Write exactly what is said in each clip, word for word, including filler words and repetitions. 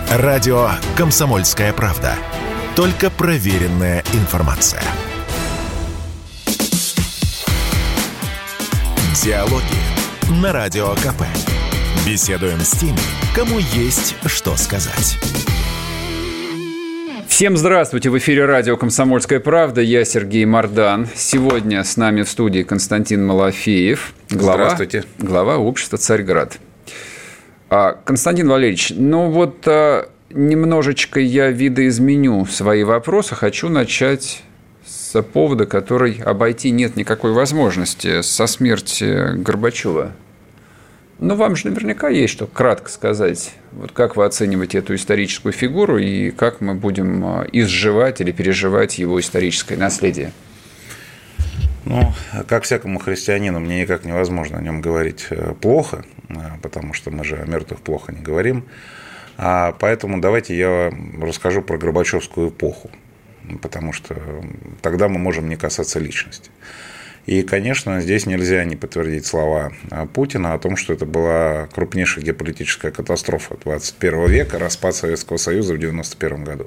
Радио «Комсомольская правда». Только проверенная информация. Диалоги на Радио КП. Беседуем с теми, кому есть что сказать. Всем здравствуйте! В эфире радио «Комсомольская правда». Я Сергей Мордан. Сегодня с нами в студии Константин Малафеев, глава, Здравствуйте. глава общества «Царьград». Константин Валерьевич, ну вот немножечко я видоизменю свои вопросы. Хочу начать с повода, который обойти нет никакой возможности, со смерти Горбачева. Но вам же наверняка есть что кратко сказать. Вот как вы оцениваете эту историческую фигуру и как мы будем изживать или переживать его историческое наследие? Ну, как всякому христианину, мне никак невозможно о нем говорить плохо, потому что мы же о мертвых плохо не говорим. А поэтому давайте я расскажу про Горбачевскую эпоху, потому что тогда мы можем не касаться личности. И, конечно, здесь нельзя не подтвердить слова Путина о том, что это была крупнейшая геополитическая катастрофа двадцать первого века, распад Советского Союза в девяносто первом году.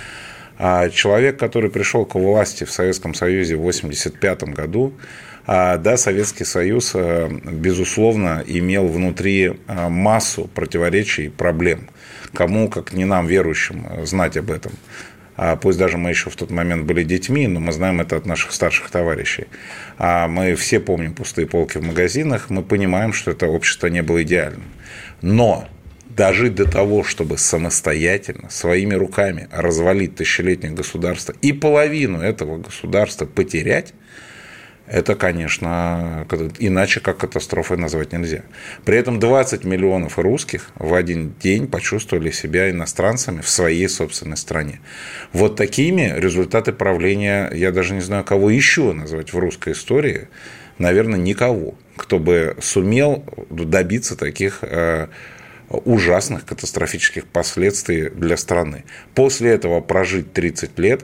А человек, который пришел к власти в Советском Союзе в восемьдесят пятом году, да, Советский Союз, безусловно, имел внутри массу противоречий и проблем. Кому, как не нам, верующим, знать об этом. Пусть даже мы еще в тот момент были детьми, но мы знаем это от наших старших товарищей. Мы все помним пустые полки в магазинах, мы понимаем, что это общество не было идеальным. Но дожить до того, чтобы самостоятельно, своими руками развалить тысячелетнее государство и половину этого государства потерять, это, конечно, иначе как катастрофой назвать нельзя. При этом двадцать миллионов русских в один день почувствовали себя иностранцами в своей собственной стране. Вот такими результаты правления, я даже не знаю, кого еще назвать в русской истории, наверное, никого, кто бы сумел добиться таких ужасных катастрофических последствий для страны. После этого прожить тридцать лет,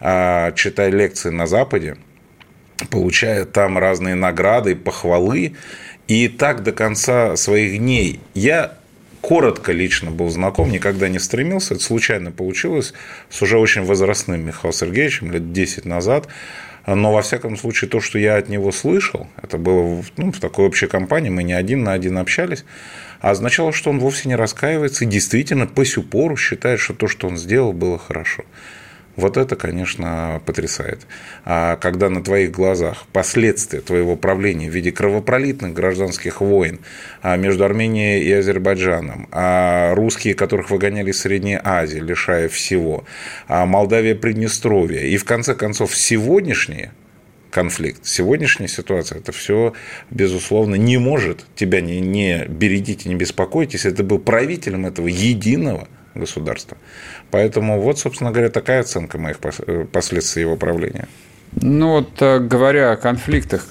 читая лекции на Западе, получая там разные награды, похвалы, и так до конца своих дней. Я коротко лично был знаком, никогда не стремился, это случайно получилось с уже очень возрастным Михаилом Сергеевичем лет десять назад, но, во всяком случае, то, что я от него слышал, это было ну, в такой общей компании, мы не один на один общались, означало, что он вовсе не раскаивается и действительно по сю пору считает, что то, что он сделал, было хорошо. Вот это, конечно, потрясает. А когда на твоих глазах последствия твоего правления в виде кровопролитных гражданских войн между Арменией и Азербайджаном, а русские, которых выгоняли из Средней Азии, лишая всего, а Молдавия, Приднестровье, и в конце концов сегодняшний конфликт, сегодняшняя ситуация, это все, безусловно, не может тебя не, не бередите, не беспокойтесь, это был правителем этого единого государства. Поэтому вот, собственно говоря, такая оценка моих последствий его правления. Ну вот, говоря о конфликтах,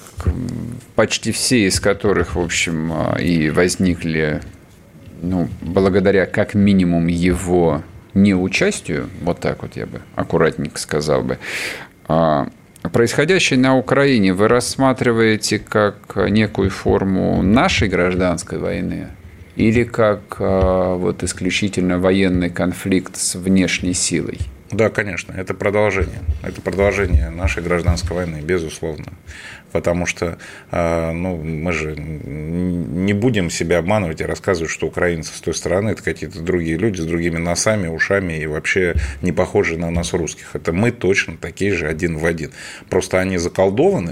почти все из которых, в общем, и возникли, ну, благодаря как минимум его неучастию, вот так вот я бы аккуратненько сказал бы, происходящее на Украине вы рассматриваете как некую форму нашей гражданской войны? Или как вот, исключительно военный конфликт с внешней силой? Да, конечно, это продолжение. Это продолжение нашей гражданской войны, безусловно. Потому что ну, мы же не будем себя обманывать и рассказывать, что украинцы с той стороны – это какие-то другие люди с другими носами, ушами и вообще не похожие на нас русских. Это мы точно такие же один в один. Просто они заколдованы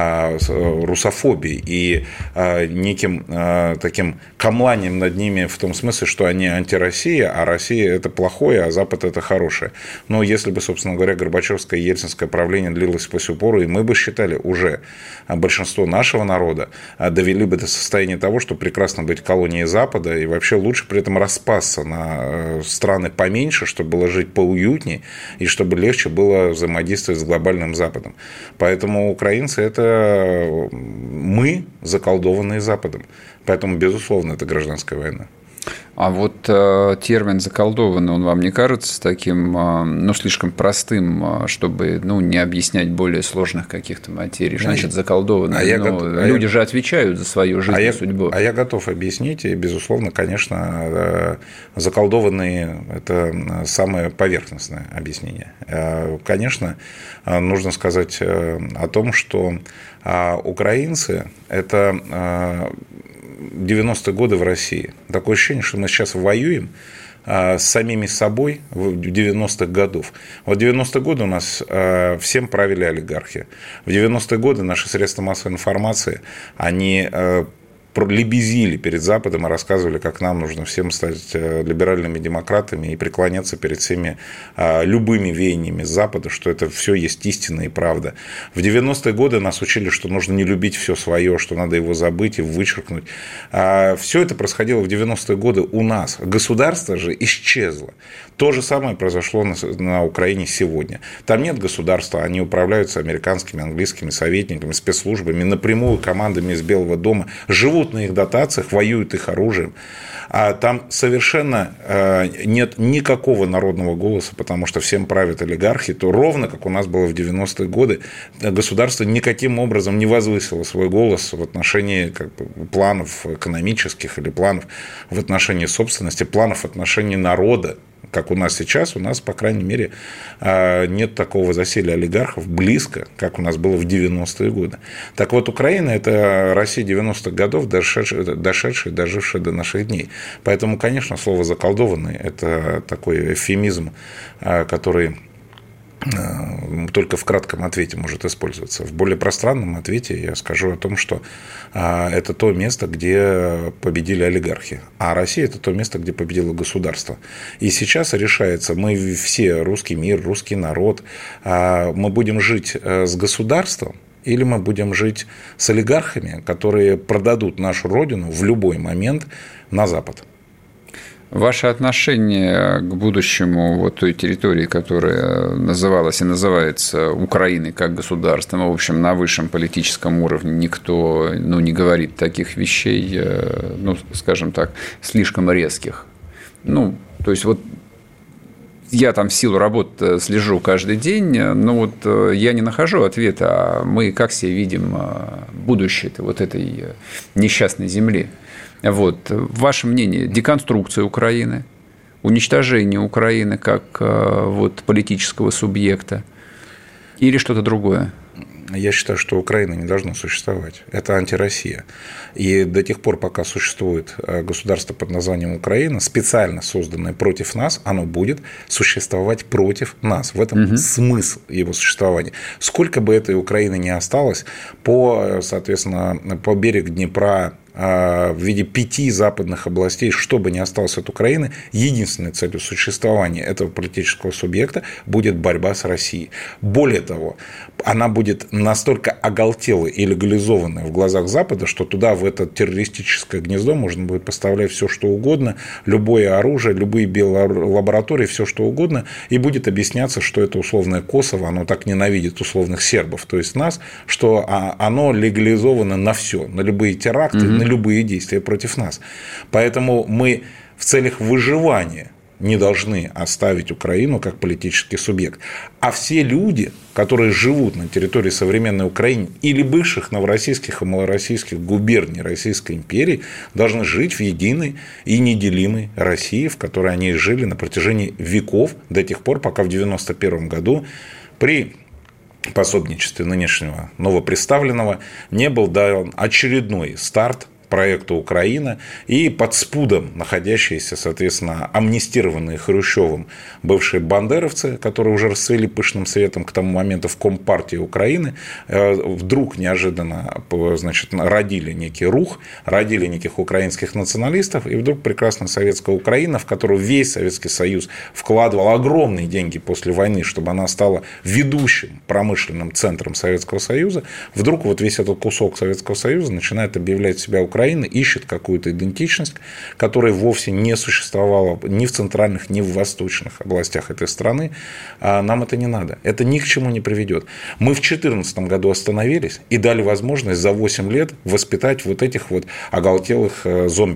русофобией и неким таким камланием над ними в том смысле, что они антироссия, а Россия – это плохое, а Запад – это хорошее. Но если бы, собственно говоря, Горбачевское и Ельцинское правление длилось по сю пору, и мы бы считали уже большинство нашего народа довели бы до состояния того, что прекрасно быть колонией Запада, и вообще лучше при этом распасться на страны поменьше, чтобы было жить поуютнее, и чтобы легче было взаимодействовать с глобальным Западом. Поэтому украинцы – это мы, заколдованные Западом. Поэтому, безусловно, это гражданская война. А вот э, термин «заколдованный», он вам не кажется таким, э, ну, слишком простым, э, чтобы, ну, не объяснять более сложных каких-то материй? Значит, заколдованный. А я ну, го... Люди а же я... отвечают за свою жизнь а и я... судьбу. А я готов объяснить, и, безусловно, конечно, заколдованные – это самое поверхностное объяснение. Конечно, нужно сказать о том, что украинцы – это… девяностые годы в России. Такое ощущение, что мы сейчас воюем с самими собой в девяностых годов. Вот в девяностые годы у нас всем правили олигархи. В девяностые годы наши средства массовой информации, они лебезили перед Западом и рассказывали, как нам нужно всем стать либеральными демократами и преклоняться перед всеми любыми веяниями Запада, что это все есть истина и правда. В девяностые годы нас учили, что нужно не любить все свое, что надо его забыть и вычеркнуть. Все это происходило в девяностые годы у нас. Государство же исчезло. То же самое произошло на Украине сегодня. Там нет государства, они управляются американскими, английскими советниками, спецслужбами, напрямую командами из Белого дома, живут на их дотациях, воюют их оружием. А там совершенно нет никакого народного голоса, потому что всем правят олигархи, то ровно как у нас было в девяностые годы, государство никаким образом не возвысило свой голос в отношении как бы, планов экономических или планов в отношении собственности, планов в отношении народа. Как у нас сейчас, у нас, по крайней мере, нет такого засилия олигархов близко, как у нас было в девяностые годы. Так вот, Украина – это Россия девяностых годов, дошедшая, дошедшая, дожившая до наших дней. Поэтому, конечно, слово «заколдованный» – это такой эвфемизм, который только в кратком ответе может использоваться. В более пространном ответе я скажу о том, что это то место, где победили олигархи, а Россия – это то место, где победило государство. И сейчас решается, мы все, русский мир, русский народ, мы будем жить с государством, или мы будем жить с олигархами, которые продадут нашу родину в любой момент на Запад. Ваше отношение к будущему вот той территории, которая называлась и называется Украиной как государством, в общем, на высшем политическом уровне никто ну, не говорит таких вещей, ну, скажем так, слишком резких. Ну, то есть, вот я там в силу работы слежу каждый день, но вот я не нахожу ответа, а мы как себе видим будущее вот этой несчастной земли. Вот. Ваше мнение, деконструкция Украины, уничтожение Украины как вот, политического субъекта или что-то другое? Я считаю, что Украина не должна существовать. Это антироссия. И до тех пор, пока существует государство под названием Украина, специально созданное против нас, оно будет существовать против нас. В этом угу. смысл его существования. Сколько бы этой Украины ни осталось, по, соответственно, по берег Днепра, в виде пяти западных областей, что бы ни осталось от Украины, единственной целью существования этого политического субъекта будет борьба с Россией. Более того, она будет настолько оголтелой и легализованной в глазах Запада, что туда, в это террористическое гнездо, можно будет поставлять все, что угодно, любое оружие, любые биолаборатории, все, что угодно, и будет объясняться, что это условное Косово, оно так ненавидит условных сербов, то есть нас, что оно легализовано на все, на любые теракты, mm-hmm. на любые действия против нас. Поэтому мы в целях выживания не должны оставить Украину как политический субъект. А все люди, которые живут на территории современной Украины или бывших новороссийских и малороссийских губерний Российской империи, должны жить в единой и неделимой России, в которой они жили на протяжении веков, до тех пор, пока в девяносто первом году при пособничестве нынешнего новопредставленного не был дан очередной старт проекту «Украина», и под спудом находящиеся, соответственно, амнистированные Хрущевым бывшие бандеровцы, которые уже расцвели пышным цветом к тому моменту в Компартии Украины, вдруг неожиданно, значит, родили некий рух, родили неких украинских националистов, и вдруг прекрасная советская Украина, в которую весь Советский Союз вкладывал огромные деньги после войны, чтобы она стала ведущим промышленным центром Советского Союза, вдруг вот весь этот кусок Советского Союза начинает объявлять себя Украиной, Украина ищет какую-то идентичность, которая вовсе не существовала ни в центральных, ни в восточных областях этой страны. А нам это не надо. Это ни к чему не приведет. Мы в две тысячи четырнадцатом году остановились и дали возможность за восемь лет воспитать вот этих вот оголтелых зомби.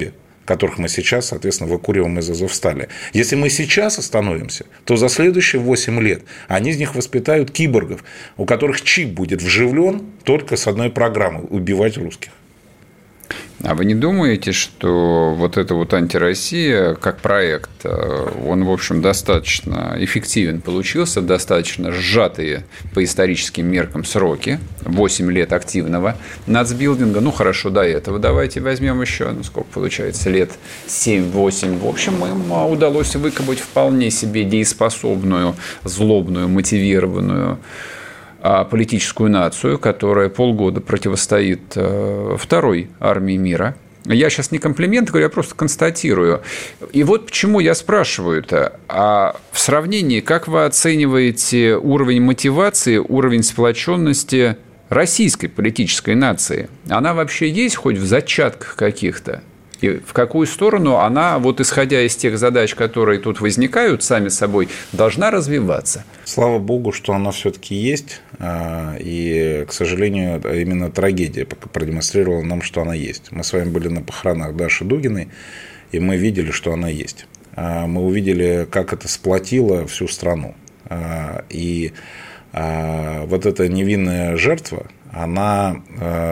которых мы сейчас, соответственно, выкуриваем из Азовстали. Если мы сейчас остановимся, то за следующие восемь лет они из них воспитают киборгов, у которых чип будет вживлен только с одной программой – убивать русских. А вы не думаете, что вот эта вот антироссия как проект, он, в общем, достаточно эффективен получился, достаточно сжатые по историческим меркам сроки, восемь лет активного нацбилдинга, ну, хорошо, до этого давайте возьмем еще, ну, сколько получается, лет семь-восемь, в общем, им удалось выкопать вполне себе дееспособную, злобную, мотивированную политическую нацию, которая полгода противостоит второй армии мира. Я сейчас не комплимент говорю, я просто констатирую. И вот почему я спрашиваю-то. А в сравнении, как вы оцениваете уровень мотивации, уровень сплоченности российской политической нации? Она вообще есть хоть в зачатках каких-то? И в какую сторону она, вот исходя из тех задач, которые тут возникают сами собой, должна развиваться? Слава богу, что она все-таки есть. И, к сожалению, именно трагедия продемонстрировала нам, что она есть. Мы с вами были на похоронах Даши Дугиной, и мы видели, что она есть. Мы увидели, как это сплотило всю страну. И вот эта невинная жертва, она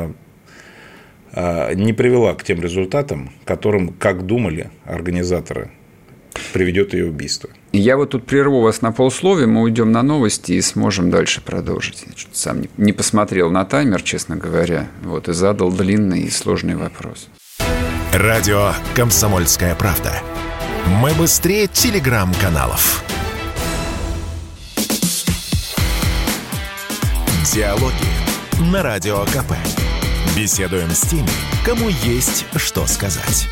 не привела к тем результатам, которым, как думали организаторы, приведет ее убийство. Я вот тут прерву вас на полусловия, мы уйдем на новости и сможем дальше продолжить. Я что-то сам не посмотрел на таймер, честно говоря, вот, и задал длинный и сложный вопрос. Радио «Комсомольская правда». Мы быстрее телеграм-каналов. Диалоги на Радио КП. Беседуем с теми, кому есть что сказать.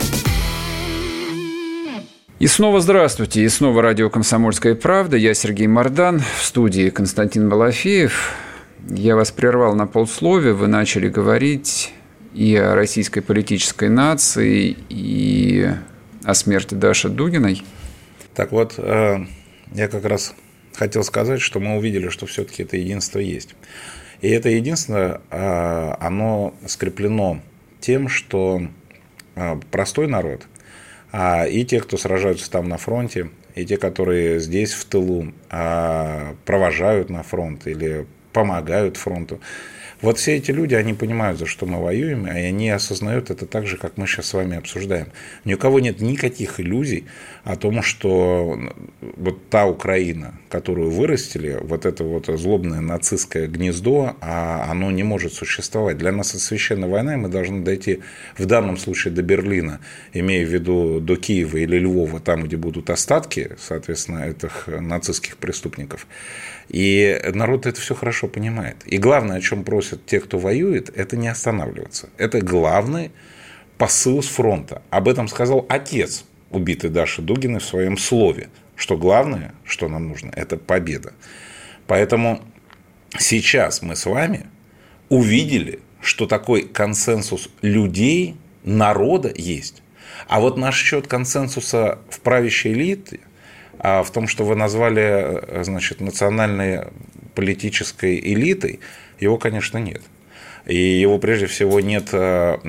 И снова здравствуйте. И снова радио «Комсомольская правда». Я Сергей Мордан. В студии Константин Балафеев. Я вас прервал на полсловия. Вы начали говорить и о российской политической нации, и о смерти Даши Дугиной. Так вот, я как раз хотел сказать, что мы увидели, что все-таки это единство есть. И это единственное, оно скреплено тем, что простой народ, и те, кто сражаются там на фронте, и те, которые здесь в тылу провожают на фронт или помогают фронту, вот все эти люди, они понимают, за что мы воюем, и они осознают это так же, как мы сейчас с вами обсуждаем. Ни у кого нет никаких иллюзий о том, что вот та Украина, которую вырастили, вот это вот злобное нацистское гнездо, оно не может существовать. Для нас это священная война, и мы должны дойти в данном случае до Берлина, имея в виду до Киева или Львова, там, где будут остатки, соответственно, этих нацистских преступников. И народ это все хорошо понимает. И главное, о чем просят те, кто воюет, это не останавливаться. Это главный посыл с фронта. Об этом сказал отец убитой Даши Дугиной в своем слове, что главное, что нам нужно, это победа. Поэтому сейчас мы с вами увидели, что такой консенсус людей, народа есть. А вот насчет консенсуса в правящей элите, а в том, что вы назвали, значит, национальной политической элитой, его, конечно, нет. И его, прежде всего, нет даже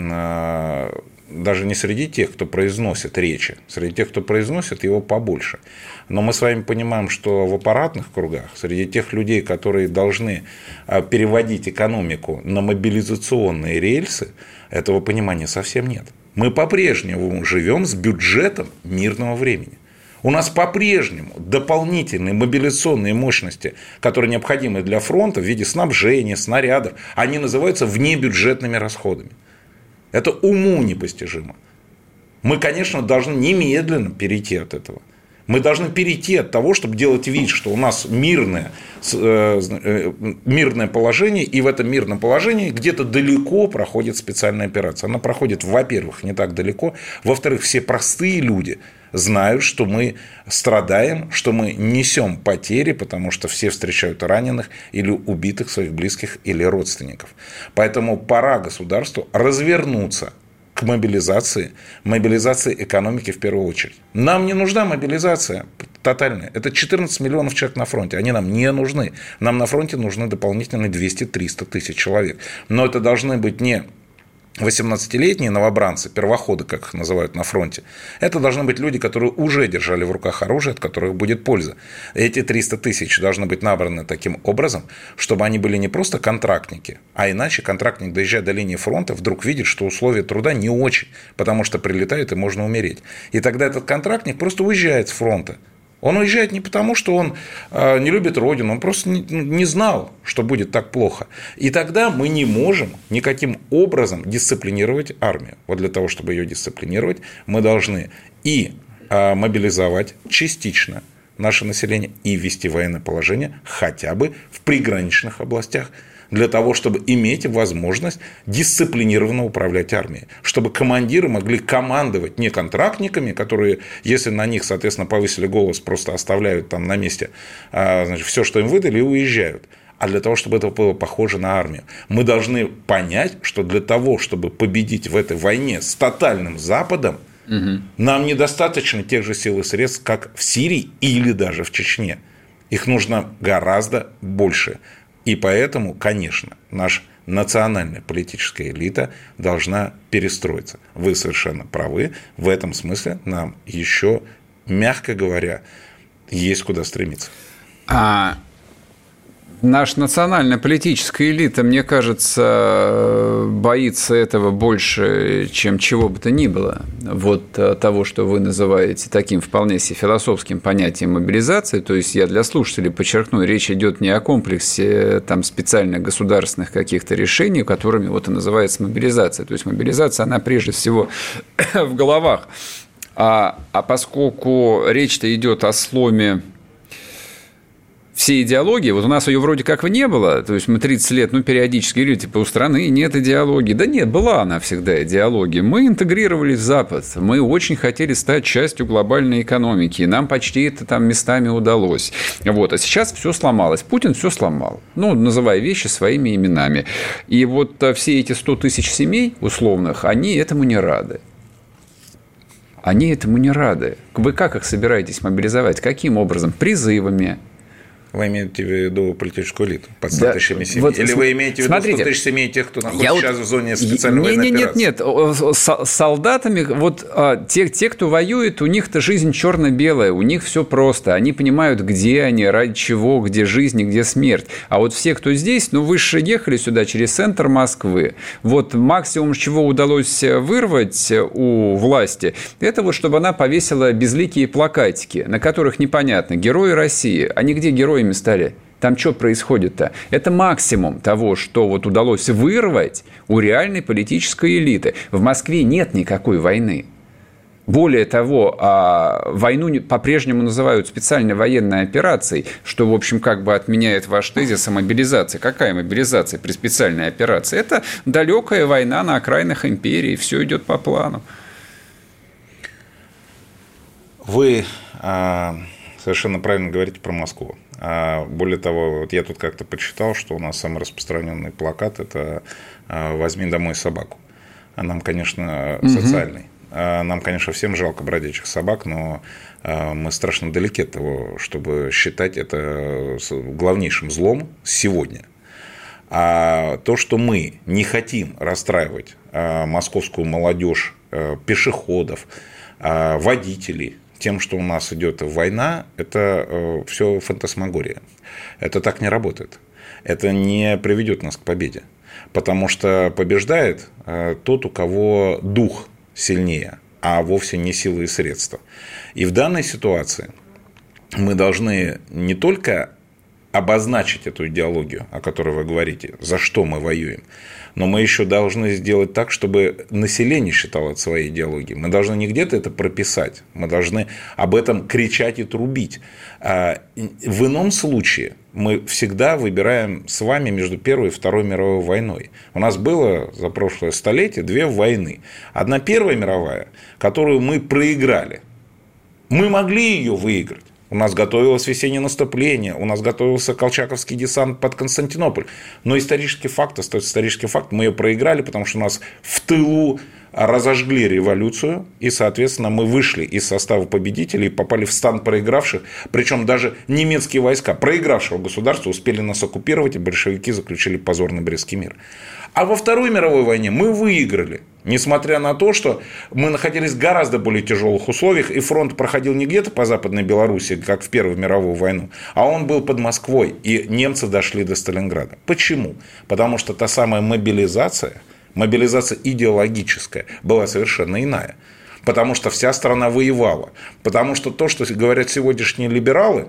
не среди тех, кто произносит речи. Среди тех, кто произносит, его побольше. Но мы с вами понимаем, что в аппаратных кругах, среди тех людей, которые должны переводить экономику на мобилизационные рельсы, этого понимания совсем нет. Мы по-прежнему живем с бюджетом мирного времени. У нас по-прежнему дополнительные мобилизационные мощности, которые необходимы для фронта в виде снабжения, снарядов, они называются внебюджетными расходами. Это уму непостижимо. Мы, конечно, должны немедленно перейти от этого. Мы должны перейти от того, чтобы делать вид, что у нас мирное, мирное положение, и в этом мирном положении где-то далеко проходит специальная операция. Она проходит, во-первых, не так далеко, во-вторых, все простые люди знают, что мы страдаем, что мы несем потери, потому что все встречают раненых или убитых своих близких или родственников. Поэтому пора государству развернуться к мобилизации, мобилизации экономики в первую очередь. Нам не нужна мобилизация тотальная. Это четырнадцать миллионов человек на фронте. Они нам не нужны. Нам на фронте нужны дополнительные двести-триста тысяч человек. Но это должны быть не восемнадцатилетние новобранцы, первоходы, как их называют на фронте, это должны быть люди, которые уже держали в руках оружие, от которых будет польза. Эти триста тысяч должны быть набраны таким образом, чтобы они были не просто контрактники, а иначе контрактник, доезжая до линии фронта, вдруг видит, что условия труда не очень, потому что прилетает и можно умереть. И тогда этот контрактник просто уезжает с фронта. Он уезжает не потому, что он не любит родину, он просто не знал, что будет так плохо. И тогда мы не можем никаким образом дисциплинировать армию. Вот для того, чтобы ее дисциплинировать, мы должны и мобилизовать частично наше население, и ввести военное положение хотя бы в приграничных областях, для того, чтобы иметь возможность дисциплинированно управлять армией. Чтобы командиры могли командовать не контрактниками, которые, если на них, соответственно, повысили голос, просто оставляют там на месте, значит, все, что им выдали, и уезжают. А для того, чтобы это было похоже на армию. Мы должны понять, что для того, чтобы победить в этой войне с тотальным Западом, угу. нам недостаточно тех же сил и средств, как в Сирии или даже в Чечне. Их нужно гораздо больше. И поэтому, конечно, наша национальная политическая элита должна перестроиться. Вы совершенно правы. В этом смысле нам еще, мягко говоря, есть куда стремиться. А наша национальная политическая элита, мне кажется, боится этого больше, чем чего бы то ни было. Вот того, что вы называете таким вполне себе философским понятием мобилизации. То есть я для слушателей подчеркну, речь идет не о комплексе там, специальных государственных каких-то решений, которыми вот и называется мобилизация. То есть мобилизация, она прежде всего в головах. А, а поскольку речь-то идет о сломе всей идеологии, вот у нас ее вроде как бы не было, то есть мы тридцать лет, ну, периодически говорили, типа, у страны нет идеологии. Да нет, была она всегда идеология. Мы интегрировались в Запад, мы очень хотели стать частью глобальной экономики, и нам почти это там местами удалось. Вот. А сейчас все сломалось. Путин все сломал, ну, называя вещи своими именами. И вот все эти сто тысяч семей условных, они этому не рады. Они этому не рады. Вы как их собираетесь мобилизовать? Каким образом? Призывами? Вы имеете в виду политическую элиту под ста тысячами семей? Вот, или вы имеете в виду смотрите, сто тысяч семей тех, кто находится сейчас вот, в зоне специальной не, военной не, операции? Нет, нет, с солдатами, вот те, те, кто воюет, у них-то жизнь черно-белая, у них все просто. Они понимают, где они, ради чего, где жизнь и где смерть. А вот все, кто здесь, ну, вы же ехали сюда через центр Москвы. Вот максимум, чего удалось вырвать у власти, это вот, чтобы она повесила безликие плакатики, на которых непонятно, герои России. Они где герои стали? Там что происходит-то? Это максимум того, что вот удалось вырвать у реальной политической элиты. В Москве нет никакой войны. Более того, войну по-прежнему называют специальной военной операцией, что, в общем, как бы отменяет ваш тезис о мобилизации. Какая мобилизация при специальной операции? Это далекая война на окраинах империи. Все идет по плану. Вы совершенно правильно говорите про Москву. Более того, вот я тут как-то почитал, что у нас самый распространенный плакат – это «Возьми домой собаку». А нам, конечно, социальный. Нам, конечно, всем жалко бродячих собак, но мы страшно далеки от того, чтобы считать это главнейшим злом сегодня. А то, что мы не хотим расстраивать московскую молодежь, пешеходов, водителей тем, что у нас идет война, это все фантасмагория. Это так не работает. Это не приведет нас к победе. Потому что побеждает тот, у кого дух сильнее, а вовсе не силы и средства. И в данной ситуации мы должны не только обозначить эту идеологию, о которой вы говорите, за что мы воюем, но мы еще должны сделать так, чтобы население считало это своей идеологией. Мы должны не где-то это прописать, мы должны об этом кричать и трубить. В ином случае мы всегда выбираем с вами между Первой и Второй мировой войной. У нас было за прошлое столетие две войны. Одна Первая мировая, которую мы проиграли. Мы могли ее выиграть. У нас готовилось весеннее наступление, у нас готовился колчаковский десант под Константинополь. Но исторический факт остается исторический факт. Мы ее проиграли, потому что у нас в тылу разожгли революцию, и, соответственно, мы вышли из состава победителей и попали в стан проигравших. Причем даже немецкие войска проигравшего государства успели нас оккупировать, и большевики заключили позорный Брестский мир. А во Второй мировой войне мы выиграли. Несмотря на то, что мы находились в гораздо более тяжелых условиях, и фронт проходил не где-то по Западной Белоруссии, как в Первую мировую войну, а он был под Москвой, и немцы дошли до Сталинграда. Почему? Потому что та самая мобилизация, мобилизация идеологическая, была совершенно иная. Потому что вся страна воевала. Потому что то, что говорят сегодняшние либералы,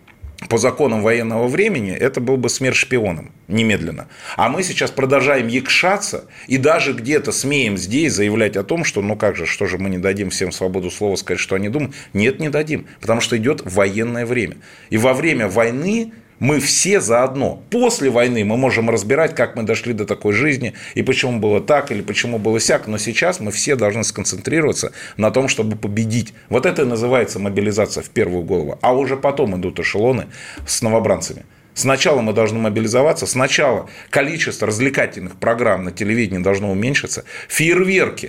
по законам военного времени, это был бы смерть шпионам немедленно. А мы сейчас продолжаем якшаться и даже где-то смеем здесь заявлять о том, что ну как же, что же мы не дадим всем свободу слова сказать, что они думают. Нет, не дадим, потому что идет военное время. И во время войны мы все заодно. После войны мы можем разбирать, как мы дошли до такой жизни, и почему было так, или почему было сяк. Но сейчас мы все должны сконцентрироваться на том, чтобы победить. Вот это и называется мобилизация в первую голову. А уже потом идут эшелоны с новобранцами. Сначала мы должны мобилизоваться. Сначала количество развлекательных программ на телевидении должно уменьшиться. Фейерверки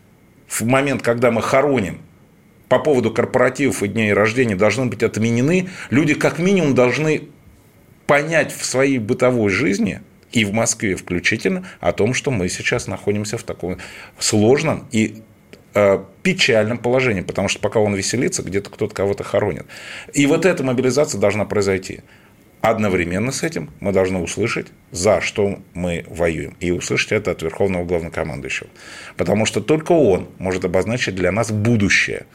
в момент, когда мы хороним, по поводу корпоративов и дней рождения должны быть отменены. Люди как минимум должны понять в своей бытовой жизни, и в Москве включительно, о том, что мы сейчас находимся в таком сложном и э, печальном положении, потому что пока он веселится, где-то кто-то кого-то хоронит. И вот эта мобилизация должна произойти. Одновременно с этим мы должны услышать, за что мы воюем. И услышать это от Верховного Главнокомандующего. Потому что только он может обозначить для нас будущее.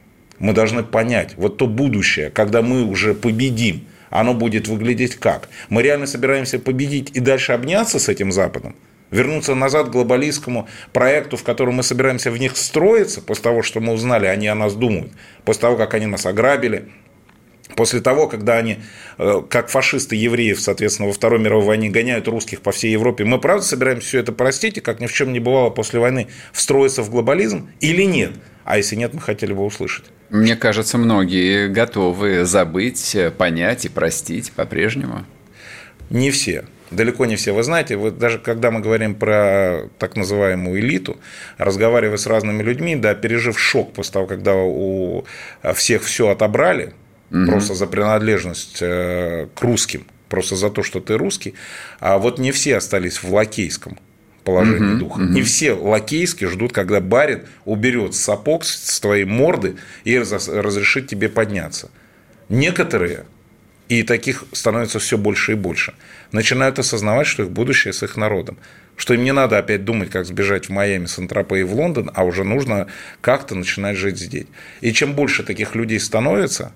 Мы должны понять, вот то будущее, когда мы уже победим, оно будет выглядеть как? Мы реально собираемся победить и дальше обняться с этим Западом? Вернуться назад к глобалистскому проекту, в котором мы собираемся в них строиться, после того, что мы узнали, они о нас думают, после того, как они нас ограбили, после того, когда они, как фашисты евреев, соответственно, во Второй мировой войне гоняют русских по всей Европе, мы правда собираемся все это простить и, как ни в чем не бывало после войны, встроиться в глобализм или нет? А если нет, мы хотели бы услышать. Мне кажется, многие готовы забыть, понять и простить по-прежнему. Не все. Далеко не все. Вы знаете, вот даже когда мы говорим про так называемую элиту, разговаривая с разными людьми, да, пережив шок после того, когда у всех все отобрали, угу. просто за принадлежность к русским, просто за то, что ты русский, а вот не все остались в лакейском положении uh-huh, духа. Uh-huh. Не все лакейски ждут, когда барин уберет сапог с твоей морды и разрешит тебе подняться. Некоторые, и таких становится все больше и больше, начинают осознавать, что их будущее с их народом. Что им не надо опять думать, как сбежать в Майами, Сан-Тропе и в Лондон, а уже нужно как-то начинать жить здесь. И чем больше таких людей становится,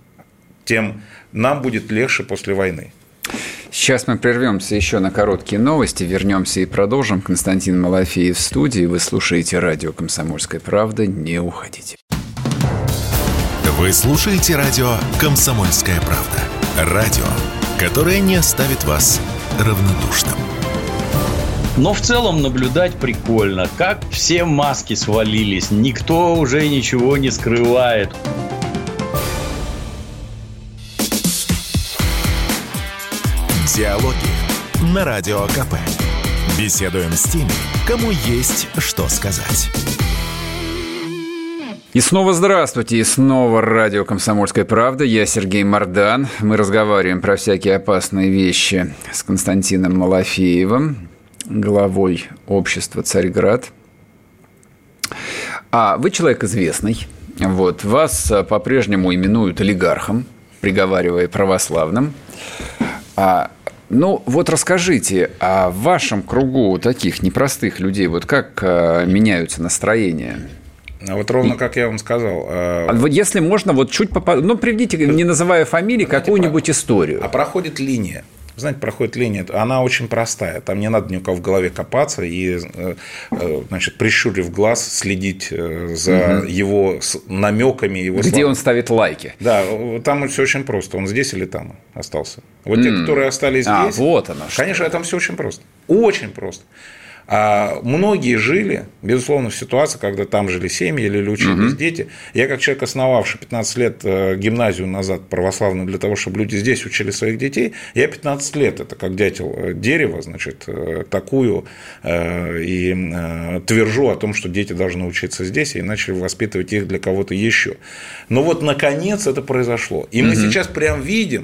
тем нам будет легче после войны. Сейчас мы прервемся еще на короткие новости, вернемся и продолжим. Константин Малафеев в студии. Вы слушаете радио «Комсомольская правда». Не уходите. Вы слушаете радио «Комсомольская правда». Радио, которое не оставит вас равнодушным. Но в целом наблюдать прикольно. Как все маски свалились. Никто уже ничего не скрывает. Диалоги на Радио КП. Беседуем с теми, кому есть что сказать. И снова здравствуйте, и снова радио «Комсомольская правда». Я Сергей Мордан. Мы разговариваем про всякие опасные вещи с Константином Малафеевым, главой общества «Царьград». А вы человек известный. Вот, вас по-прежнему именуют олигархом, приговаривая православным. А, ну, вот расскажите, а в вашем кругу таких непростых людей, вот как а, меняются настроения? А вот ровно как я вам сказал. А, вот если можно, вот чуть поподробнее, ну, приведите, не называя фамилии, знаете, какую-нибудь про... историю. А проходит линия. Знаете, проходит линия, она очень простая. Там не надо ни у кого в голове копаться и, значит, прищурив глаз, следить за угу. его намеками. Его Где словами. Он ставит лайки. Да, там все очень просто. Он здесь или там остался. Вот mm. те, которые остались а, здесь. Вот оно. Конечно, что. Там все очень просто. Очень просто. А многие жили, безусловно, в ситуации, когда там жили семьи или учились uh-huh. дети. Я, как человек, основавший пятнадцать лет гимназию назад православную для того, чтобы люди здесь учили своих детей, я пятнадцать лет, это как дятел дерево, значит, такую и твержу о том, что дети должны учиться здесь, и начали воспитывать их для кого-то еще. Но вот, наконец, это произошло. И мы uh-huh. сейчас прям видим,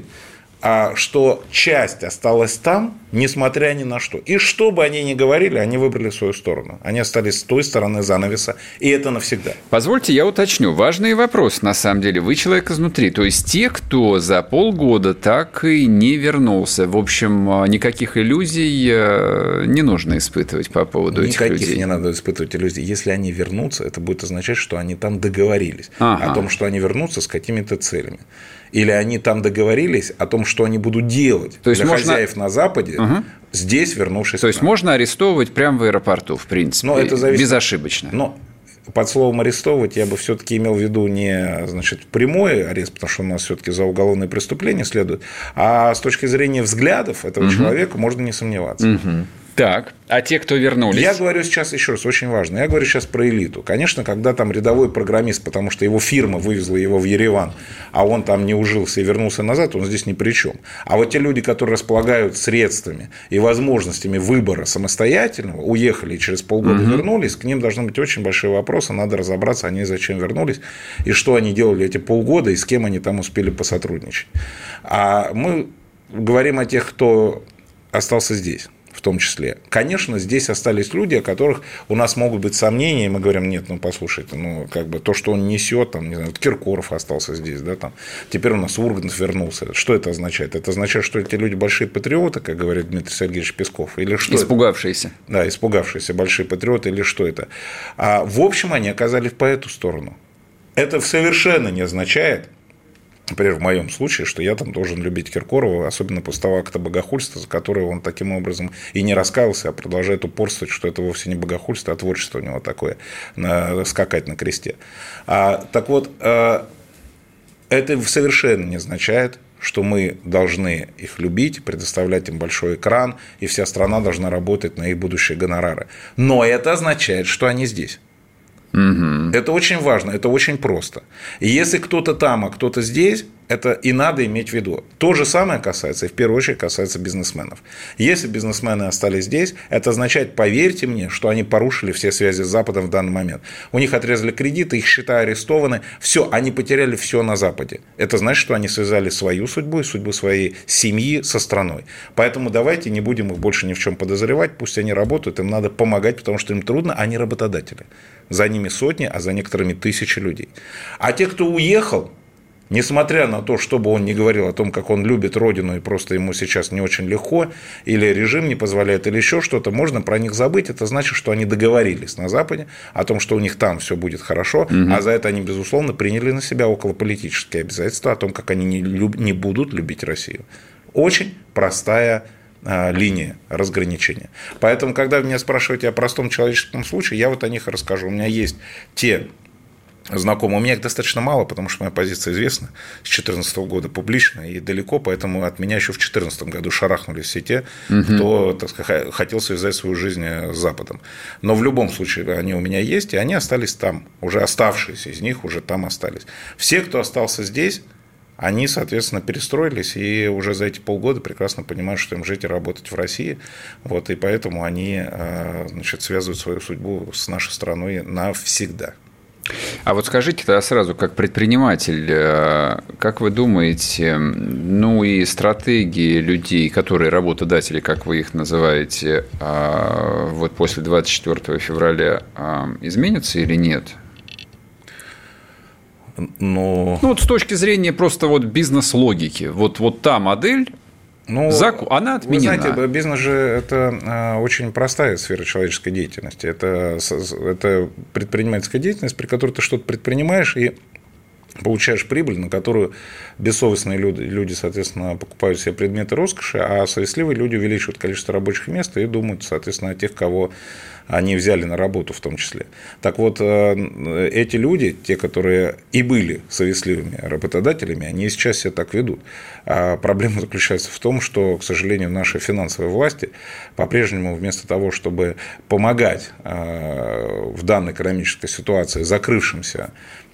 что часть осталась там, несмотря ни на что. И что бы они ни говорили, они выбрали свою сторону. Они остались с той стороны занавеса, и это навсегда. Позвольте, я уточню. Важный вопрос, на самом деле. Вы человек изнутри. То есть, те, кто за полгода так и не вернулся. В общем, никаких иллюзий не нужно испытывать по поводу никаких этих людей. Никаких не надо испытывать иллюзий. Если они вернутся, это будет означать, что они там договорились. Ага. О том, что они вернутся с какими-то целями. Или они там договорились о том, что они будут делать То есть для можно... хозяев на Западе, угу. здесь вернувшись. То есть, можно арестовывать прямо в аэропорту, в принципе, Но это зависит... безошибочно. Но под словом «арестовывать» я бы все-таки имел в виду не, значит, прямой арест, потому что у нас все-таки за уголовные преступления следует, а с точки зрения взглядов этого угу. человека можно не сомневаться. Угу. Так, а те, кто вернулись? Я говорю сейчас, еще раз, очень важно, я говорю сейчас про элиту. Конечно, когда там рядовой программист, потому что его фирма вывезла его в Ереван, а он там не ужился и вернулся назад, он здесь ни при чем. А вот те люди, которые располагают средствами и возможностями выбора самостоятельного, уехали и через полгода угу. вернулись, к ним должны быть очень большие вопросы, надо разобраться, они зачем вернулись, и что они делали эти полгода, и с кем они там успели посотрудничать. А мы говорим о тех, кто остался здесь. В том числе. Конечно, здесь остались люди, о которых у нас могут быть сомнения, и мы говорим, нет, ну, послушайте, ну, как бы то, что он несет, там, не знаю, вот Киркоров остался здесь, да, там, теперь у нас Ургант вернулся. Что это означает? Это означает, что эти люди большие патриоты, как говорит Дмитрий Сергеевич Песков, или что? Испугавшиеся. Это? Да, испугавшиеся большие патриоты, или что это? А в общем, они оказались по эту сторону. Это совершенно не означает, например, в моем случае, что я там должен любить Киркорова, особенно после того акта богохульства, за который он таким образом и не раскаялся, а продолжает упорствовать, что это вовсе не богохульство, а творчество у него такое, на, скакать на кресте. А, так вот, а, это совершенно не означает, что мы должны их любить, предоставлять им большой экран, и вся страна должна работать на их будущие гонорары. Но это означает, что они здесь. Угу. Это очень важно, это очень просто. И если кто-то там, а кто-то здесь, это и надо иметь в виду. То же самое касается, и в первую очередь касается бизнесменов. Если бизнесмены остались здесь, это означает, поверьте мне, что они порушили все связи с Западом в данный момент. У них отрезали кредиты, их счета арестованы, все, они потеряли все на Западе. Это значит, что они связали свою судьбу и судьбу своей семьи со страной. Поэтому давайте не будем их больше ни в чем подозревать, пусть они работают, им надо помогать, потому что им трудно, они работодатели. За ними сотни, а за некоторыми тысячи людей. А те, кто уехал, несмотря на то, что бы он ни говорил о том, как он любит родину и просто ему сейчас не очень легко, или режим не позволяет, или еще что-то, можно про них забыть. Это значит, что они договорились на Западе о том, что у них там все будет хорошо, угу. а за это они, безусловно, приняли на себя околополитические обязательства о том, как они не, люб... не будут любить Россию. Очень простая линия разграничения. Поэтому, когда вы меня спрашиваете о простом человеческом случае, я вот о них и расскажу. У меня есть те знакомые, у меня их достаточно мало, потому что моя позиция известна с две тысячи четырнадцатого года публично и далеко, поэтому от меня еще в две тысячи четырнадцатом году шарахнулись все те, угу. кто, так сказать, хотел связать свою жизнь с Западом. Но в любом случае они у меня есть, и они остались там, уже оставшиеся из них уже там остались. Все, кто остался здесь, они, соответственно, перестроились и уже за эти полгода прекрасно понимают, что им жить и работать в России. Вот, и поэтому они, значит, связывают свою судьбу с нашей страной навсегда. А вот скажите тогда сразу, как предприниматель, как вы думаете, ну и стратегии людей, которые работодатели, как вы их называете, вот после двадцать четвёртого февраля изменятся или нет? Но... Ну, вот с точки зрения просто вот бизнес-логики. Вот, вот та модель, ну, заку... она отменена. Вы знаете, бизнес же – это очень простая сфера человеческой деятельности. Это, это предпринимательская деятельность, при которой ты что-то предпринимаешь и получаешь прибыль, на которую бессовестные люди, люди, соответственно, покупают себе предметы роскоши, а совестливые люди увеличивают количество рабочих мест и думают, соответственно, о тех, кого они взяли на работу в том числе. Так вот, эти люди, те, которые и были совестливыми работодателями, они сейчас себя так ведут. А проблема заключается в том, что, к сожалению, наши финансовые власти по-прежнему вместо того, чтобы помогать в данной экономической ситуации закрывшимся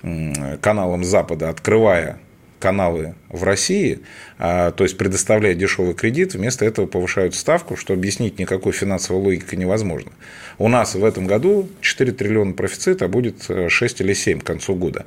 каналам Запада, открывая каналы в России, то есть предоставляя дешевый кредит, вместо этого повышают ставку, что объяснить никакой финансовой логикой невозможно. У нас в этом году четыре триллиона профицита, а будет шесть или семь к концу года.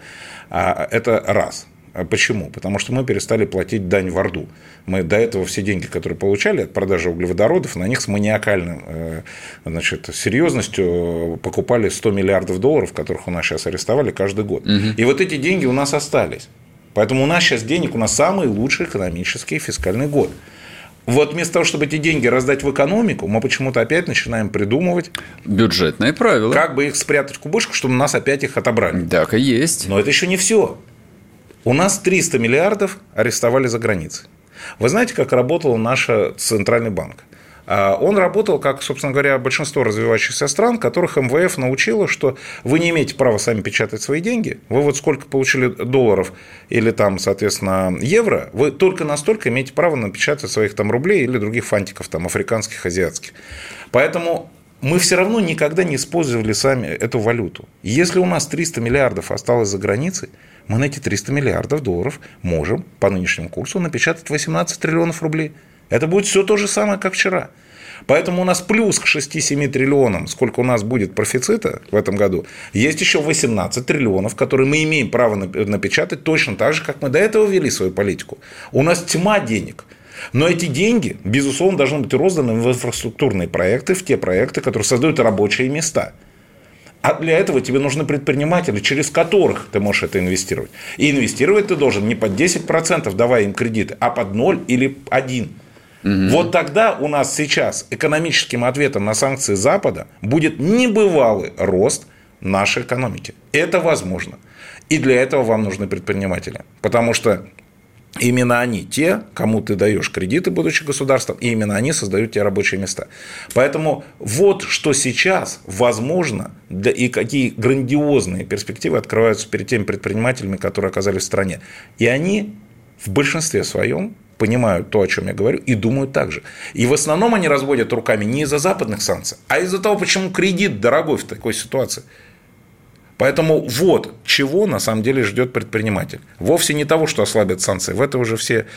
Это раз. Почему? Потому что мы перестали платить дань в Орду. Мы до этого все деньги, которые получали от продажи углеводородов, на них с маниакальной, значит, серьезностью покупали сто миллиардов долларов, которых у нас сейчас арестовали каждый год. Угу. И вот эти деньги у нас остались. Поэтому у нас сейчас денег, у нас самый лучший экономический фискальный год. Вот вместо того, чтобы эти деньги раздать в экономику, мы почему-то опять начинаем придумывать бюджетные правила. Как бы их спрятать в кубышку, чтобы нас опять их отобрали. Так и есть. Но это еще не все. У нас триста миллиардов арестовали за границей. Вы знаете, как работал наш Центральный банк? Он работал, как, собственно говоря, большинство развивающихся стран, которых эм вэ эф научило, что вы не имеете права сами печатать свои деньги. Вы вот сколько получили долларов или там, соответственно, евро, вы только настолько имеете право напечатать своих там рублей или других фантиков, там, африканских, азиатских. Поэтому мы все равно никогда не использовали сами эту валюту. Если у нас триста миллиардов осталось за границей, мы на эти триста миллиардов долларов можем по нынешнему курсу напечатать восемнадцать триллионов рублей. Это будет все то же самое, как вчера. Поэтому у нас плюс к шести-семи триллионам, сколько у нас будет профицита в этом году, есть еще восемнадцать триллионов, которые мы имеем право напечатать точно так же, как мы до этого вели свою политику. У нас тьма денег. Но эти деньги, безусловно, должны быть розданы в инфраструктурные проекты, в те проекты, которые создают рабочие места. А для этого тебе нужны предприниматели, через которых ты можешь это инвестировать. И инвестировать ты должен не под десять процентов, давая им кредиты, а под ноль или один. Угу. Вот тогда у нас сейчас экономическим ответом на санкции Запада будет небывалый рост нашей экономики. Это возможно. И для этого вам нужны предприниматели. Потому что именно они те, кому ты даешь кредиты, будучи государством, и именно они создают тебе рабочие места. Поэтому вот что сейчас возможно, да, и какие грандиозные перспективы открываются перед теми предпринимателями, которые оказались в стране. И они в большинстве своем понимают то, о чем я говорю, и думают так же. И в основном они разводят руками не из-за западных санкций, а из-за того, почему кредит дорогой в такой ситуации. Поэтому вот чего на самом деле ждет предприниматель. Вовсе не того, что ослабят санкции. В это уже все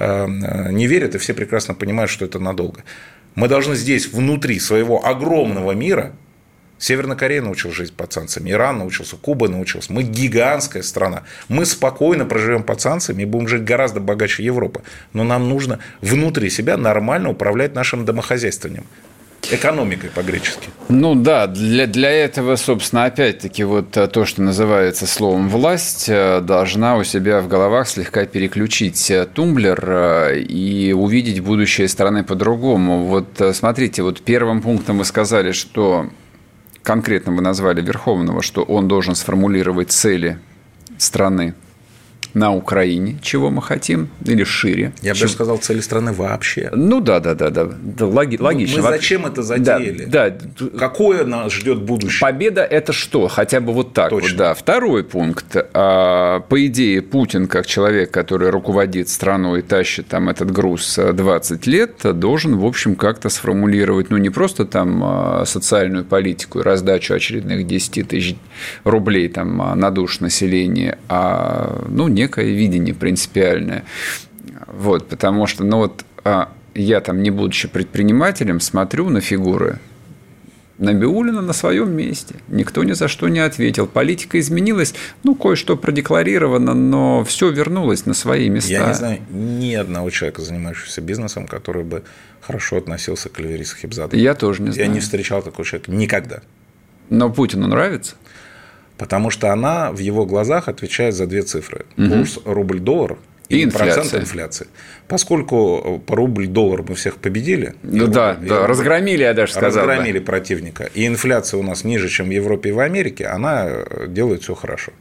не верят, и все прекрасно понимают, что это надолго. Мы должны здесь, внутри своего огромного мира, Северная Корея научилась жить под санкциями, Иран научился, Куба научилась. Мы гигантская страна. Мы спокойно проживем под санкциями и будем жить гораздо богаче Европы. Но нам нужно внутри себя нормально управлять нашим домохозяйствованием. Экономикой по-гречески. Ну да, для, для этого, собственно, опять-таки вот то, что называется словом «власть», должна у себя в головах слегка переключить тумблер и увидеть будущее страны по-другому. Вот смотрите, вот первым пунктом вы сказали, что конкретно вы назвали Верховного, что он должен сформулировать цели страны на Украине, чего мы хотим, или шире. Я бы чем... даже сказал, цели страны вообще. Ну да, да, да, да. Логи... Ну, логично. Мы зачем это затеяли? Да, да. Какое нас ждет будущее? Победа – это что? Хотя бы вот так. Вот, да. Второй пункт. По идее, Путин, как человек, который руководит страной и тащит там этот груз двадцать лет, должен, в общем, как-то сформулировать, ну, не просто там социальную политику и раздачу очередных десять тысяч рублей там на душу населения, а, ну, некое видение принципиальное. Вот, потому что, ну, вот я там, не будучи предпринимателем, смотрю на фигуры Набиуллина на своем месте. Никто ни за что не ответил. Политика изменилась, ну, кое-что продекларировано, но все вернулось на свои места. Я не знаю ни одного человека, занимающегося бизнесом, который бы хорошо относился к Эльвире Сахибзадовой. Я тоже не знаю. Я не встречал такого человека никогда. Но Путину нравится? Потому что она в его глазах отвечает за две цифры. Угу. Курс рубль-доллар и, и процент инфляции. Поскольку по рубль-доллар мы всех победили. Ну да, да, да, разгромили, я даже сказал. Разгромили да. противника. И инфляция у нас ниже, чем в Европе и в Америке, она делает все хорошо.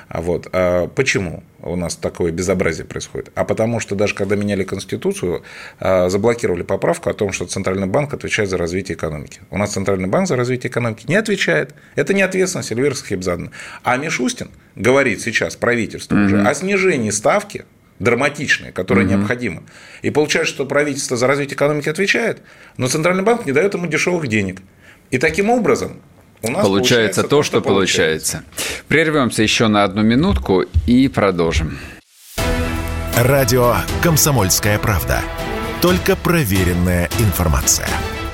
Вот. А почему у нас такое безобразие происходит? А потому что даже когда меняли Конституцию, заблокировали поправку о том, что Центральный банк отвечает за развитие экономики. У нас Центральный банк за развитие экономики не отвечает. Это не ответственность Эльвиры Сахибзадовны. А Мишустин говорит сейчас правительству mm-hmm. уже о снижении ставки драматичные, которые mm-hmm. необходимы. И получается, что правительство за развитие экономики отвечает, но Центральный банк не дает ему дешевых денег. И таким образом у нас получается, получается то, что, что получается. получается. Прервемся еще на одну минутку и продолжим. Радио «Комсомольская правда». Только проверенная информация.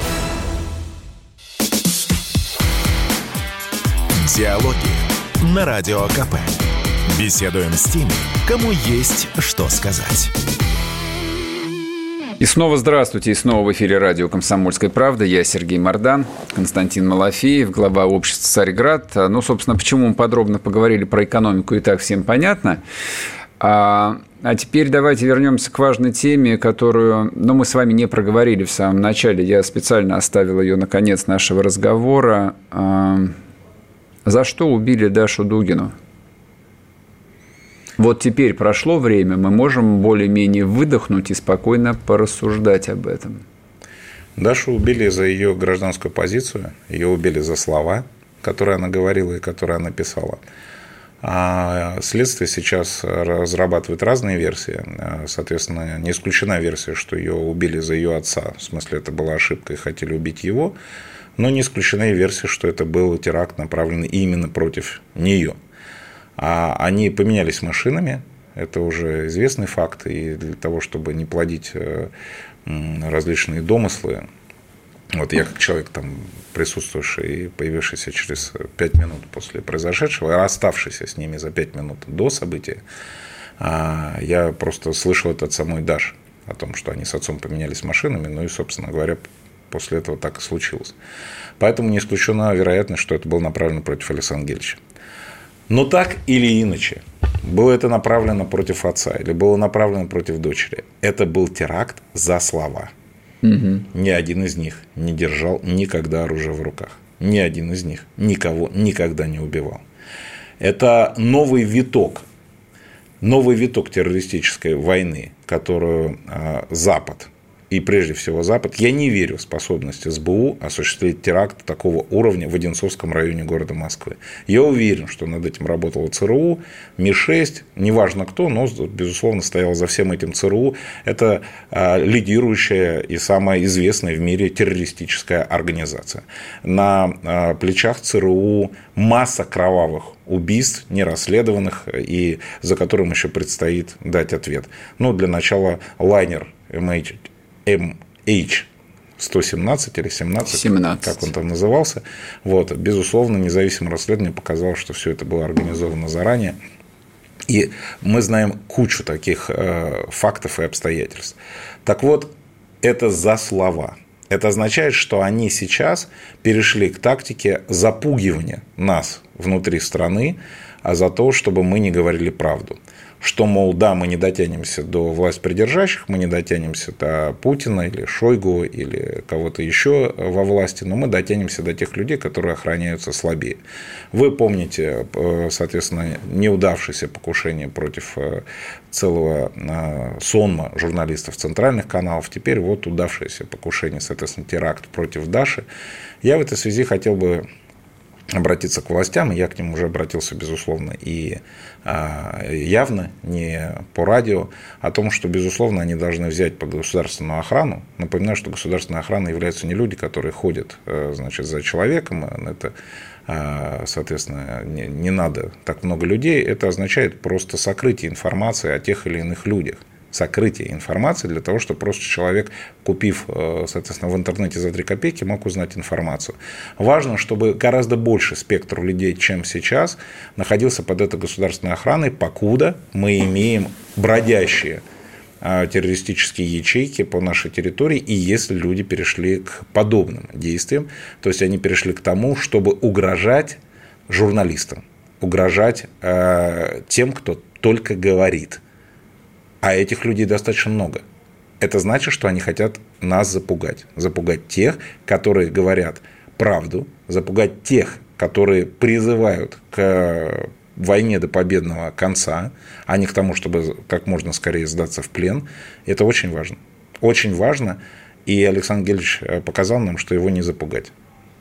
Диалоги на Радио КП. Беседуем с теми, кому есть что сказать. И снова здравствуйте, и снова в эфире радио «Комсомольская правда». Я Сергей Мордан, Константин Малафеев, глава общества «Царьград». Ну, собственно, почему мы подробно поговорили про экономику, и так всем понятно. А, а теперь давайте вернемся к важной теме, которую ну, мы с вами не проговорили в самом начале. Я специально оставил ее на конец нашего разговора. А, за что убили Дашу Дугину? Вот теперь прошло время, мы можем более-менее выдохнуть и спокойно порассуждать об этом. Дашу убили за ее гражданскую позицию, ее убили за слова, которые она говорила и которые она писала. А следствие сейчас разрабатывает разные версии. Соответственно, не исключена версия, что ее убили за ее отца. В смысле, это была ошибка и хотели убить его. Но не исключена и версия, что это был теракт, направленный именно против нее. А они поменялись машинами, это уже известный факт, и для того, чтобы не плодить различные домыслы, вот я как человек, там, присутствующий и появившийся через пять минут после произошедшего, и оставшийся с ними за пять минут до события, я просто слышал это от самой Даши, о том, что они с отцом поменялись машинами, ну и, собственно говоря, после этого так и случилось. Поэтому не исключена вероятность, что это было направлено против Александра Гельевича. Но так или иначе, было это направлено против отца или было направлено против дочери, это был теракт за слова. Угу. Ни один из них не держал никогда оружие в руках. Ни один из них никого никогда не убивал. Это новый виток, новый виток террористической войны, которую э, Запад, и прежде всего Запад, я не верю в способность эс бэ у осуществить теракт такого уровня в Одинцовском районе города Москвы. Я уверен, что над этим работала цэ эр у, Ми шесть, неважно кто, но, безусловно, стояла за всем этим цэ эр у. Это э, лидирующая и самая известная в мире террористическая организация. На э, плечах цэ эр у масса кровавых убийств, нерасследованных, и за которым еще предстоит дать ответ. Ну, для начала лайнер эм эйч сто семнадцать или семнадцать, семнадцать. Как он там назывался. Вот. Безусловно, независимое расследование показало, что все это было организовано заранее. И мы знаем кучу таких э, фактов и обстоятельств. Так вот, это за слова. Это означает, что они сейчас перешли к тактике запугивания нас внутри страны, а за то, чтобы мы не говорили правду. Что, мол, да, мы не дотянемся до властьпридержащих, мы не дотянемся до Путина или Шойгу или кого-то еще во власти, но мы дотянемся до тех людей, которые охраняются слабее. Вы помните, соответственно, неудавшееся покушение против целого сонма журналистов центральных каналов, теперь вот удавшееся покушение, соответственно, теракт против Даши. Я в этой связи хотел бы обратиться к властям, и я к ним уже обратился, безусловно, и явно, не по радио, о том, что, безусловно, они должны взять под государственную охрану. Напоминаю, что государственная охрана являются не люди, которые ходят, значит, за человеком, это, соответственно, не, не надо так много людей, это означает просто сокрытие информации о тех или иных людях. Сокрытие информации для того, чтобы просто человек, купив, соответственно, в интернете за три копейки, мог узнать информацию. Важно, чтобы гораздо больше спектр людей, чем сейчас, находился под этой государственной охраной, покуда мы имеем бродящие террористические ячейки по нашей территории, и если люди перешли к подобным действиям, то есть они перешли к тому, чтобы угрожать журналистам, угрожать э, тем, кто только говорит. А этих людей достаточно много. Это значит, что они хотят нас запугать. Запугать тех, которые говорят правду, запугать тех, которые призывают к войне до победного конца, а не к тому, чтобы как можно скорее сдаться в плен. Это очень важно. Очень важно. И Александр Гельевич показал нам, что его не запугать.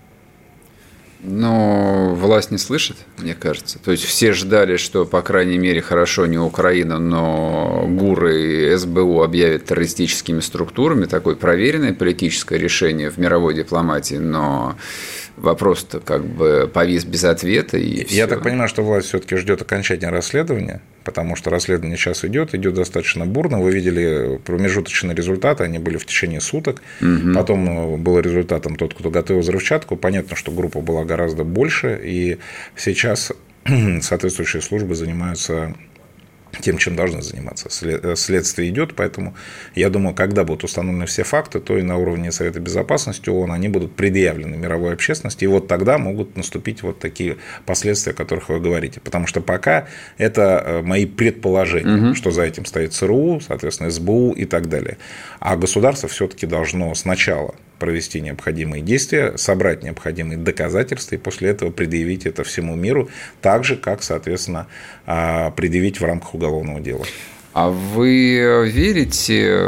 Но власть не слышит, мне кажется. То есть все ждали, что, по крайней мере, хорошо не Украина, но ГУР и СБУ объявят террористическими структурами. Такое проверенное политическое решение в мировой дипломатии, но вопрос-то как бы повис без ответа. И Я все. так понимаю, что власть все-таки ждет окончания расследования, потому что расследование сейчас идет, идет достаточно бурно. Вы видели промежуточные результаты, они были в течение суток. Угу. Потом был результатом тот, кто готовил взрывчатку. Понятно, что группа была гораздо больше, и сейчас соответствующие службы занимаются тем, чем должны заниматься. Следствие идет, поэтому я думаю, когда будут установлены все факты, то и на уровне Совета Безопасности ООН они будут предъявлены мировой общественности, и вот тогда могут наступить вот такие последствия, о которых вы говорите. Потому что пока это мои предположения, угу. что за этим стоит ЦРУ, соответственно, СБУ и так далее. А государство все-таки должно сначала провести необходимые действия, собрать необходимые доказательства и после этого предъявить это всему миру, так же, как, соответственно, предъявить в рамках уголовного дела. А вы верите,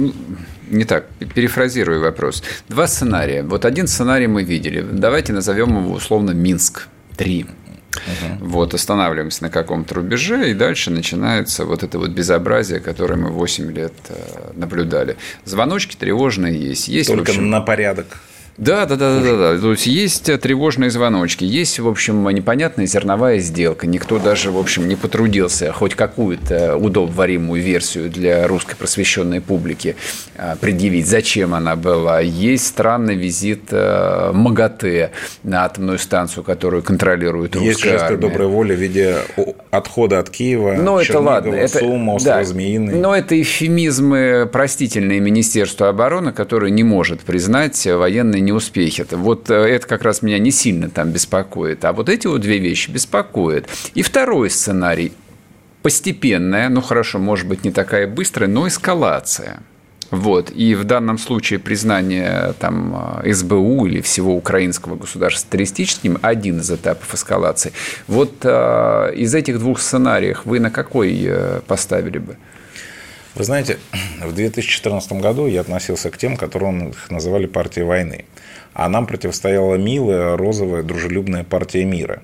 не так, перефразирую вопрос, два сценария. Вот один сценарий мы видели, давайте назовем его условно Минск-три. Угу. Вот, останавливаемся на каком-то рубеже, и дальше начинается вот это вот безобразие, которое мы восемь лет наблюдали. Звоночки тревожные есть. есть Только в общем... на порядок. Да, да, да, да, да. То есть есть тревожные звоночки, есть, в общем, непонятная зерновая сделка. Никто даже, в общем, не потрудился хоть какую-то удобоваримую версию для русской просвещенной публики предъявить, зачем она была. Есть странный визит МАГАТЭ на атомную станцию, которую контролирует русская есть жесты армия. доброй воли в виде отхода от Киева, но это ладно, это, Сум, остров да, Змеиный. Но это эвфемизмы простительные Министерству обороны, которое не может признать военные неуспехи. Вот это как раз меня не сильно там беспокоит. А вот эти вот две вещи беспокоят. И второй сценарий. Постепенная, ну хорошо, может быть, не такая быстрая, но эскалация. Вот. И в данном случае признание там, СБУ или всего украинского государства террористическим – один из этапов эскалации. Вот э, из этих двух сценариев вы на какой э, поставили бы? Вы знаете, в две тысячи четырнадцатом году я относился к тем, которые называли партией войны. А нам противостояла милая, розовая, дружелюбная партия мира.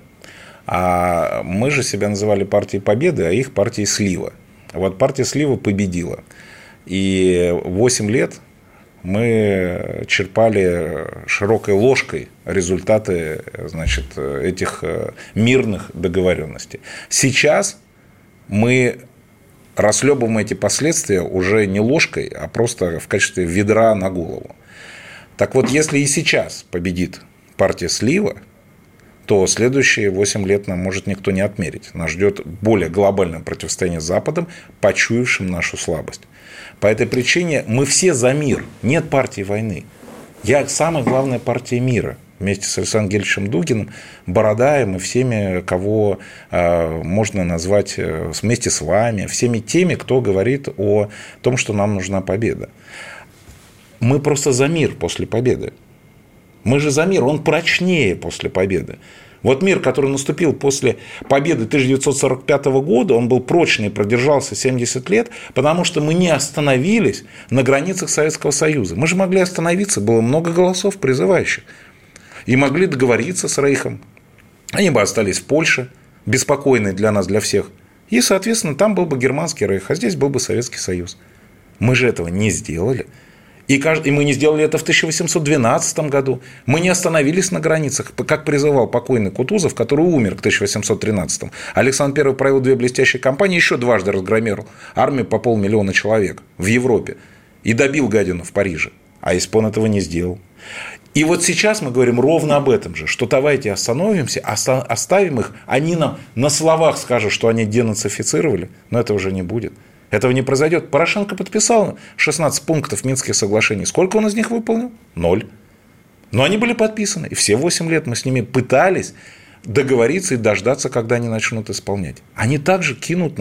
А мы же себя называли партией победы, а их партией слива. Вот партия слива победила. И восемь лет мы черпали широкой ложкой результаты, значит, этих мирных договоренностей. Сейчас мы расхлебываем эти последствия уже не ложкой, а просто в качестве ведра на голову. Так вот, если и сейчас победит партия слива, то следующие восемь лет нам может никто не отмерить. Нас ждет более глобальное противостояние с Западом, почуявшим нашу слабость. По этой причине мы все за мир. Нет партии войны. Я самая главная партия мира. Вместе с Александром Гельевичем Дугиным, Бородаем и всеми, кого э, можно назвать э, вместе с вами, всеми теми, кто говорит о том, что нам нужна победа. Мы просто за мир после победы. Мы же за мир, он прочнее после победы. Вот мир, который наступил после победы тысяча девятьсот сорок пятого года, он был прочный, продержался семьдесят лет, потому что мы не остановились на границах Советского Союза. Мы же могли остановиться, было много голосов призывающих. И могли договориться с Рейхом. Они бы остались в Польше, беспокойные для нас, для всех. И, соответственно, там был бы германский Рейх, а здесь был бы Советский Союз. Мы же этого не сделали. И мы не сделали это в тысяча восемьсот двенадцатом году. Мы не остановились на границах, как призывал покойный Кутузов, который умер к тысяча восемьсот тринадцатому. Александр Первый провел две блестящие кампании, еще дважды разгромил армию по полмиллиона человек в Европе. И добил гадину в Париже. А Испан этого не сделал. И вот сейчас мы говорим ровно об этом же, что давайте остановимся, оставим их, они нам на словах скажут, что они денацифицировали, но этого уже не будет. Этого не произойдет. Порошенко подписал шестнадцать пунктов Минских соглашений. Сколько он из них выполнил? Ноль. Но они были подписаны. И все восемь лет мы с ними пытались договориться и дождаться, когда они начнут исполнять. Они также кинут нас.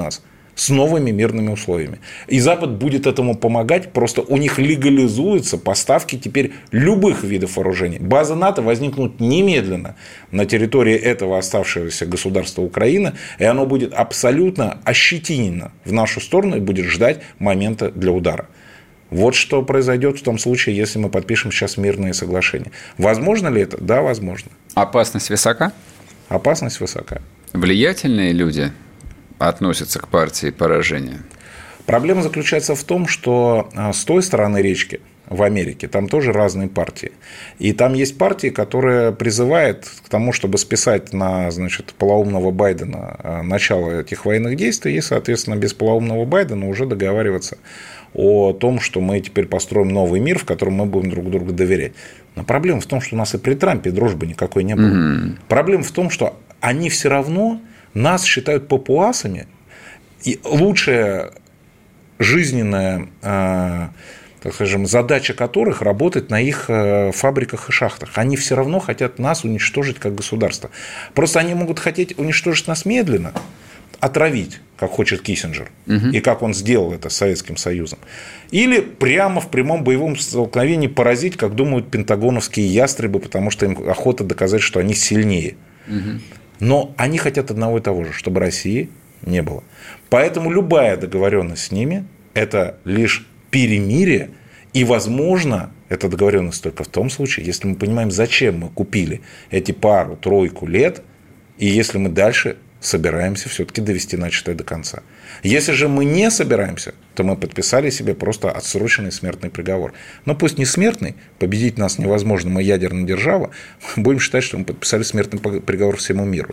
с новыми мирными условиями. И Запад будет этому помогать, просто у них легализуются поставки теперь любых видов вооружений. Базы НАТО возникнут немедленно на территории этого оставшегося государства Украины, и оно будет абсолютно ощетинено в нашу сторону и будет ждать момента для удара. Вот что произойдет в том случае, если мы подпишем сейчас мирные соглашения. Возможно ли это? Да, возможно. Опасность высока? Опасность высока. Влиятельные люди относятся к партии поражения? Проблема заключается в том, что с той стороны речки, в Америке, там тоже разные партии. И там есть партии, которые призывают к тому, чтобы списать на, значит, полоумного Байдена начало этих военных действий и, соответственно, без полоумного Байдена уже договариваться о том, что мы теперь построим новый мир, в котором мы будем друг другу доверять. Но проблема в том, что у нас и при Трампе дружбы никакой не было. Mm-hmm. Проблема в том, что они все равно нас считают папуасами, и лучшая жизненная, э, так скажем, задача которых работать на их э, фабриках и шахтах. Они все равно хотят нас уничтожить как государство. Просто они могут хотеть уничтожить нас медленно, отравить, как хочет Киссинджер, угу. и как он сделал это с Советским Союзом. Или прямо в прямом боевом столкновении поразить, как думают пентагоновские ястребы, потому что им охота доказать, что они сильнее. Угу. Но они хотят одного и того же, чтобы России не было. Поэтому любая договоренность с ними – это лишь перемирие. И, возможно, эта договоренность только в том случае, если мы понимаем, зачем мы купили эти пару-тройку лет, и если мы дальше собираемся все-таки довести начатое до конца. Если же мы не собираемся, то мы подписали себе просто отсроченный смертный приговор. Но пусть не смертный, победить нас невозможно, мы ядерная держава, мы будем считать, что мы подписали смертный приговор всему миру.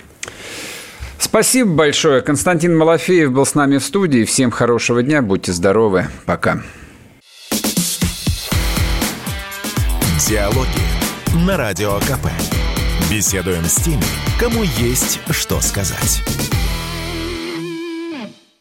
Спасибо большое. Константин Малафеев был с нами в студии. Всем хорошего дня, будьте здоровы. Пока. Диалоги на Радио КП. Беседуем с теми, кому есть что сказать.